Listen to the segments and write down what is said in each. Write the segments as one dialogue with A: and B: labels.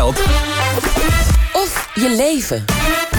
A: geld.
B: Of je leven.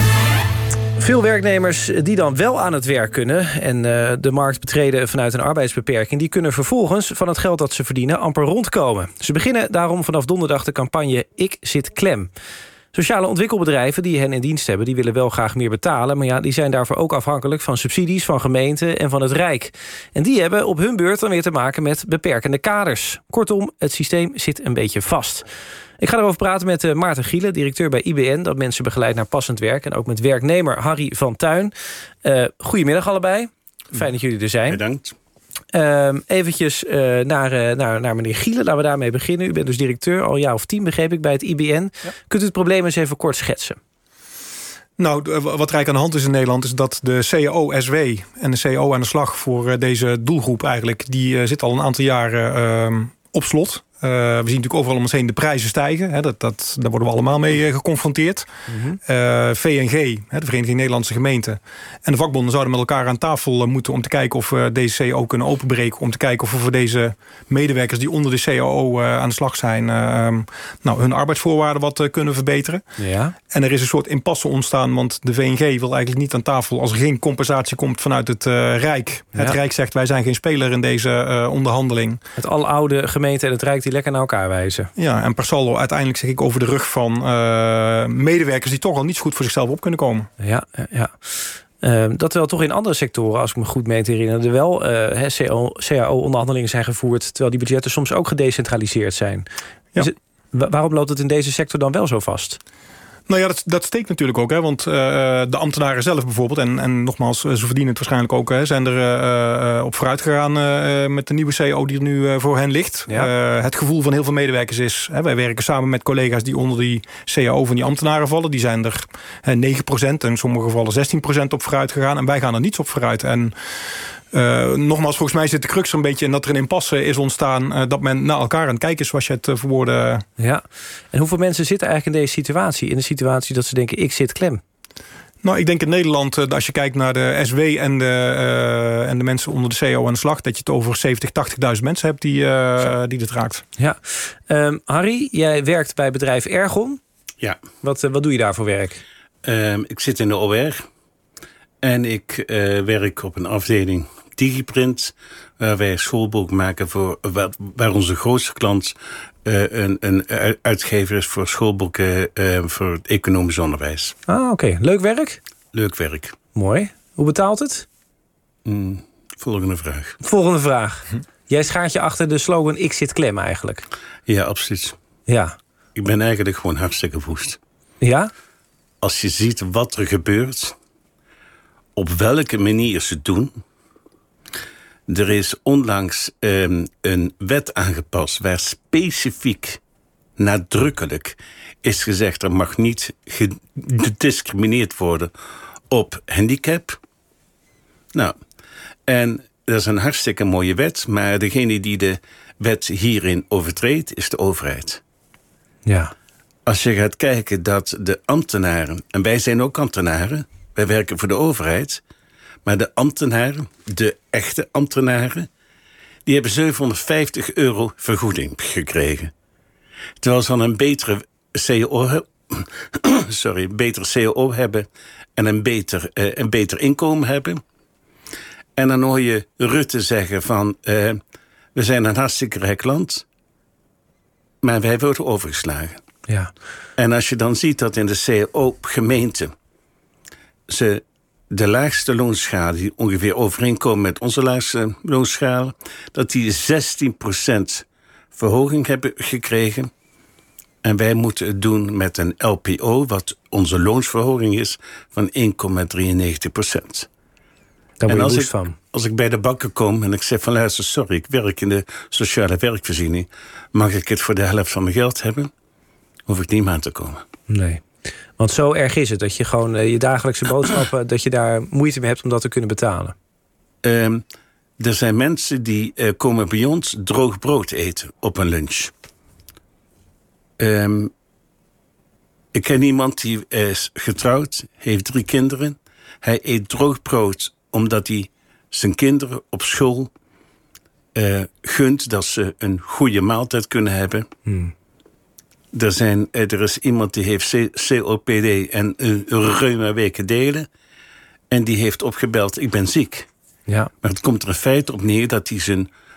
C: Veel werknemers die dan wel aan het werk kunnen en de markt betreden vanuit een arbeidsbeperking, die kunnen vervolgens van het geld dat ze verdienen amper rondkomen. Ze beginnen daarom vanaf donderdag de campagne Ik zit klem. Sociale ontwikkelbedrijven die hen in dienst hebben, die willen wel graag meer betalen, maar ja, die zijn daarvoor ook afhankelijk van subsidies van gemeenten en van het Rijk. En die hebben op hun beurt dan weer te maken met beperkende kaders. Kortom, het systeem zit een beetje vast. Ik ga erover praten met Maarten Gielen, directeur bij IBN, dat mensen begeleidt naar passend werk, en ook met werknemer Harry van Tuin. Goedemiddag allebei. Fijn dat jullie er zijn.
D: Bedankt.
C: Eventjes naar meneer Gielen. Laten we daarmee beginnen. U bent dus directeur, al een jaar of 10 begreep ik, bij het IBN. Ja. Kunt u het probleem eens even kort schetsen?
E: Nou, wat er eigenlijk aan de hand is in Nederland is dat de CAO-SW en de CAO aan de slag voor deze doelgroep eigenlijk, die zit al een aantal jaren op slot. We zien natuurlijk overal om ons heen de prijzen stijgen. Hè, daar worden we allemaal mee geconfronteerd. Mm-hmm. VNG, de Vereniging Nederlandse Gemeenten, en de vakbonden zouden met elkaar aan tafel moeten om te kijken of we deze CAO kunnen openbreken. Om te kijken of we voor deze medewerkers die onder de CAO aan de slag zijn, hun arbeidsvoorwaarden wat kunnen verbeteren. Ja. En er is een soort impasse ontstaan, want de VNG wil eigenlijk niet aan tafel als er geen compensatie komt vanuit het Rijk. Ja. Het Rijk zegt, wij zijn geen speler in deze onderhandeling.
C: Het aloude gemeente en het Rijk die lekker naar elkaar wijzen.
E: Ja, en per saldo uiteindelijk zeg ik over de rug van medewerkers die toch al niet zo goed voor zichzelf op kunnen komen. Ja.
C: Dat terwijl toch in andere sectoren, als ik me goed mee te herinneren, er wel CAO-onderhandelingen zijn gevoerd, terwijl die budgetten soms ook gedecentraliseerd zijn. Ja. Waarom loopt het in deze sector dan wel zo vast?
E: Nou ja, dat steekt natuurlijk ook. Hè, want de ambtenaren zelf bijvoorbeeld, en nogmaals, ze verdienen het waarschijnlijk ook, zijn er op vooruit gegaan met de nieuwe CEO die er nu voor hen ligt. Ja. Het gevoel van heel veel medewerkers is, wij werken samen met collega's die onder die CAO van die ambtenaren vallen. Die zijn er 9% en in sommige gevallen 16% op vooruit gegaan. En wij gaan er niets op vooruit. En nogmaals, volgens mij zit de crux er een beetje in dat er een impasse is ontstaan, dat men naar elkaar aan het kijken is, zoals je het verwoordde. Ja.
C: En hoeveel mensen zitten eigenlijk in deze situatie? In de situatie dat ze denken, ik zit klem.
E: Nou, ik denk in Nederland, als je kijkt naar de SW en de mensen onder de CO aan de slag, dat je het over 70.000, 80.000 mensen hebt die dit raakt.
C: Ja. Harry, jij werkt bij bedrijf Ergon.
D: Ja.
C: Wat doe je daar voor werk?
D: Ik zit in de OR en ik werk op een afdeling Digiprint, waar wij schoolboek maken voor waar onze grootste klant een uitgever is voor schoolboeken voor het economisch onderwijs.
C: Ah, oké. Leuk werk?
D: Leuk werk.
C: Mooi. Hoe betaalt het?
D: Volgende vraag.
C: Volgende vraag. Jij schaart je achter de slogan ik zit klem eigenlijk.
D: Ja, absoluut.
C: Ja.
D: Ik ben eigenlijk gewoon hartstikke woest.
C: Ja?
D: Als je ziet wat er gebeurt, op welke manier ze het doen. Er is onlangs een wet aangepast waar specifiek, nadrukkelijk is gezegd, er mag niet gediscrimineerd worden op handicap. Nou, en dat is een hartstikke mooie wet, maar degene die de wet hierin overtreedt, is de overheid.
C: Ja.
D: Als je gaat kijken dat de ambtenaren, en wij zijn ook ambtenaren, wij werken voor de overheid, maar de ambtenaren, de echte ambtenaren, die hebben €750 vergoeding gekregen. Terwijl ze dan een betere CAO hebben en een beter inkomen hebben. En dan hoor je Rutte zeggen van, we zijn een hartstikke rijk land, maar wij worden overgeslagen.
C: Ja.
D: En als je dan ziet dat in de CAO-gemeente ze de laagste loonschalen die ongeveer overeenkomen met onze laagste loonschalen, dat die 16% verhoging hebben gekregen. En wij moeten het doen met een LPO, wat onze loonsverhoging is, van 1,93%.
C: Daar word je woest van.
D: Als ik bij de bakker kom en ik zeg van luister, sorry, ik werk in de sociale werkvoorziening, mag ik het voor de helft van mijn geld hebben? Hoef ik niet meer aan te komen.
C: Nee. Want zo erg is het, dat je gewoon je dagelijkse boodschappen, dat je daar moeite mee hebt om dat te kunnen betalen.
D: Er zijn mensen die komen bij ons droog brood eten op een lunch. Ik ken iemand die is getrouwd, heeft 3 kinderen. Hij eet droog brood omdat hij zijn kinderen op school gunt dat ze een goede maaltijd kunnen hebben. Er is iemand die heeft COPD en reuma-weken delen. En die heeft opgebeld, ik ben ziek.
C: Ja.
D: Maar het komt er in feite op neer dat hij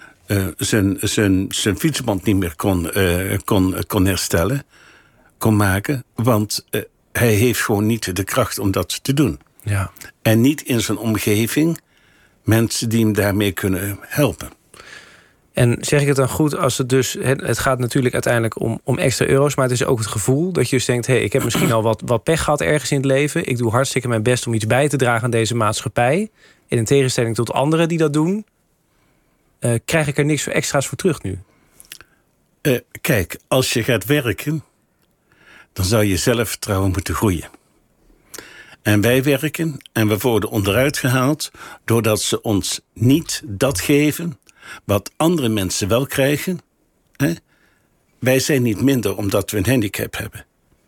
D: zijn fietsband niet meer kon herstellen. Kon maken. Want hij heeft gewoon niet de kracht om dat te doen.
C: Ja.
D: En niet in zijn omgeving mensen die hem daarmee kunnen helpen.
C: En zeg ik het dan goed als het dus... Het gaat natuurlijk uiteindelijk om extra euro's... maar het is ook het gevoel dat je dus denkt... ik heb misschien al wat pech gehad ergens in het leven. Ik doe hartstikke mijn best om iets bij te dragen aan deze maatschappij. En in tegenstelling tot anderen die dat doen... krijg ik er niks extra's voor terug nu.
D: Kijk, als je gaat werken... dan zou je zelfvertrouwen moeten groeien. En wij werken en we worden onderuit gehaald... doordat ze ons niet dat geven... wat andere mensen wel krijgen. Hè? Wij zijn niet minder omdat we een handicap hebben.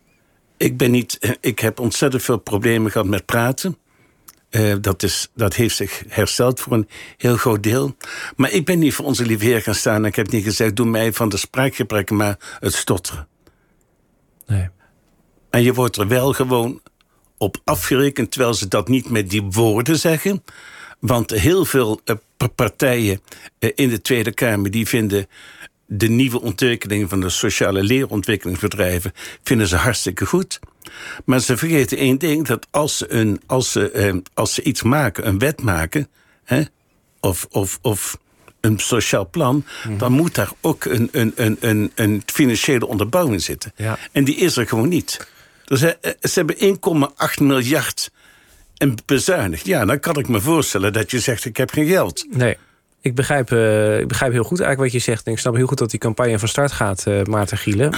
D: Ik heb ontzettend veel problemen gehad met praten. Dat heeft zich hersteld voor een heel groot deel. Maar ik ben niet voor onze lieve Heer gaan staan... en ik heb niet gezegd, doe mij van de spraakgebreken maar het stotteren.
C: Nee.
D: En je wordt er wel gewoon op afgerekend... terwijl ze dat niet met die woorden zeggen... Want heel veel partijen in de Tweede Kamer... die vinden de nieuwe ontwikkeling van de sociale leerontwikkelingsbedrijven... vinden ze hartstikke goed. Maar ze vergeten één ding... dat als ze iets maken, een wet maken... Hè, of een sociaal plan... dan moet daar ook een financiële onderbouwing zitten.
C: Ja.
D: En die is er gewoon niet. Dus ze hebben 1,8 miljard... en bezuinigd. Ja, dan kan ik me voorstellen dat je zegt... ik heb geen geld.
C: Nee, ik begrijp heel goed eigenlijk wat je zegt. En ik snap heel goed dat die campagne van start gaat, Maarten Gielen.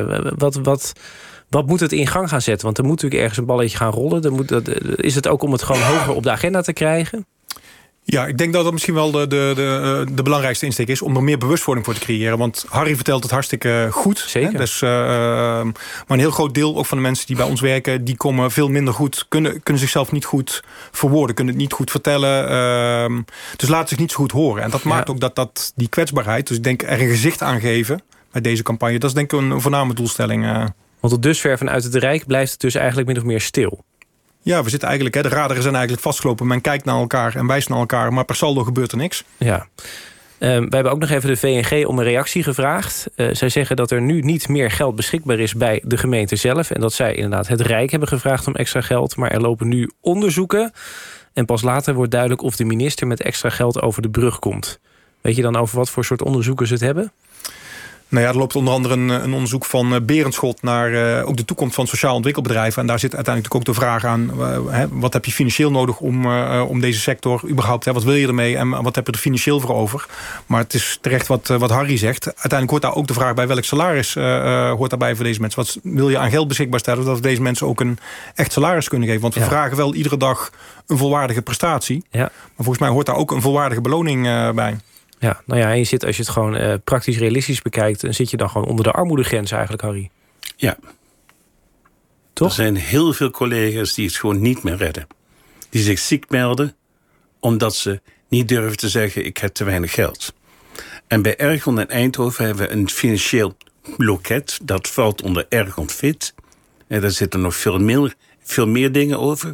C: Wat moet het in gang gaan zetten? Want er moet natuurlijk ergens een balletje gaan rollen. Is het ook om het gewoon hoger op de agenda te krijgen?
E: Ja, ik denk dat dat misschien wel de belangrijkste insteek is... om er meer bewustwording voor te creëren. Want Harry vertelt het hartstikke goed.
C: Zeker.
E: Hè? Dus, maar een heel groot deel ook van de mensen die bij ons werken... die komen veel minder goed, kunnen zichzelf niet goed verwoorden... kunnen het niet goed vertellen. Dus laten zich niet zo goed horen. En dat maakt ook dat die kwetsbaarheid... dus ik denk er een gezicht aan geven bij deze campagne... dat is denk ik een voorname doelstelling.
C: Want tot dusver vanuit het Rijk blijft het dus eigenlijk min of meer stil.
E: Ja, we zitten eigenlijk, de raderen zijn eigenlijk vastgelopen. Men kijkt naar elkaar en wijst naar elkaar, maar per saldo gebeurt er niks.
C: Ja. We hebben ook nog even de VNG om een reactie gevraagd. Zij zeggen dat er nu niet meer geld beschikbaar is bij de gemeente zelf. En dat zij inderdaad het Rijk hebben gevraagd om extra geld. Maar er lopen nu onderzoeken. En pas later wordt duidelijk of de minister met extra geld over de brug komt. Weet je dan over wat voor soort onderzoeken ze het hebben?
E: Nou ja, er loopt onder andere een onderzoek van Berenschot... naar ook de toekomst van sociaal ontwikkelbedrijven. En daar zit uiteindelijk ook de vraag aan... wat heb je financieel nodig om deze sector überhaupt... wat wil je ermee en wat heb je er financieel voor over? Maar het is terecht wat Harry zegt. Uiteindelijk hoort daar ook de vraag bij welk salaris hoort daarbij voor deze mensen. Wat wil je aan geld beschikbaar stellen... zodat we deze mensen ook een echt salaris kunnen geven? Want we vragen wel iedere dag een volwaardige prestatie. Ja. Maar volgens mij hoort daar ook een volwaardige beloning bij.
C: Ja, nou ja, en als je het gewoon praktisch realistisch bekijkt... dan zit je dan gewoon onder de armoedegrens eigenlijk, Harry.
D: Ja.
C: Toch?
D: Er zijn heel veel collega's die het gewoon niet meer redden. Die zich ziek melden omdat ze niet durven te zeggen... ik heb te weinig geld. En bij Ergon in Eindhoven hebben we een financieel loket. Dat valt onder Ergon Fit. En daar zitten nog veel meer dingen over.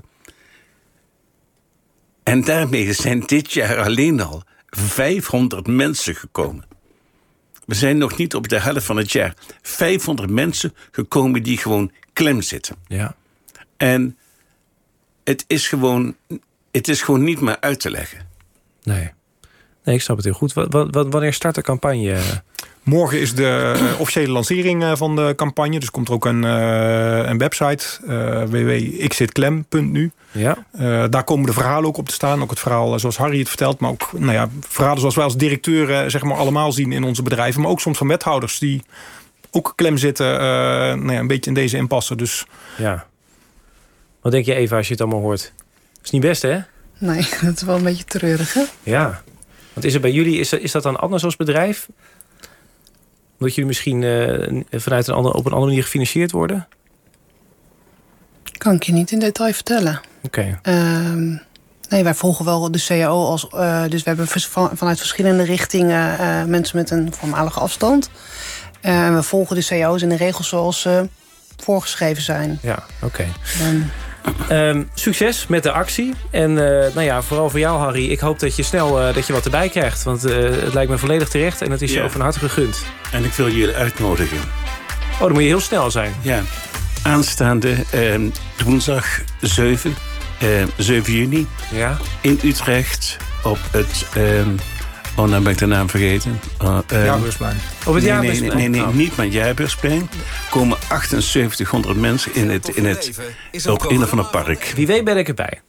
D: En daarmee zijn dit jaar alleen al... 500 mensen gekomen. We zijn nog niet op de helft van het jaar. 500 mensen gekomen die gewoon klem zitten.
C: Ja.
D: En het is gewoon niet meer uit te leggen.
C: Nee, ik snap het heel goed. Wanneer start de campagne?
E: Morgen is de officiële lancering van de campagne. Dus komt er ook een website, www.ikzitklem.nu.
C: Ja.
E: Daar komen de verhalen ook op te staan. Ook het verhaal zoals Harry het vertelt. Maar ook verhalen zoals wij als directeur zeg maar allemaal zien in onze bedrijven. Maar ook soms van wethouders die ook klem zitten. Een beetje in deze impasse. Dus.
C: Ja. Wat denk je, Eva, als je het allemaal hoort? Is niet best, hè?
A: Nee, dat is wel een beetje treurig, hè?
C: Ja. Want is er bij jullie, is dat dan anders als bedrijf? Omdat jullie misschien op een andere manier gefinancierd worden?
A: Kan ik je niet in detail vertellen.
C: Oké.
A: Nee, wij volgen wel de CAO. Dus we hebben vanuit verschillende richtingen mensen met een voormalige afstand. En we volgen de cao's en de regels zoals ze voorgeschreven zijn.
C: Ja, oké. Succes met de actie. En vooral voor jou, Harry. Ik hoop dat je snel dat je wat erbij krijgt. Want het lijkt me volledig terecht. En het is je ook van harte gegund.
D: En ik wil jullie uitnodigen.
C: Oh, dan moet je heel snel zijn.
D: Ja. Aanstaande woensdag 7 juni.
C: Ja.
D: In Utrecht op het... nou ben ik de naam vergeten.
E: Jaarbeursplein.
C: Op het Jaarbeursplein?
D: Nee, niet met Jaarbeursplein. Komen 7800 mensen in het een of ander park.
C: Wie weet ben ik erbij.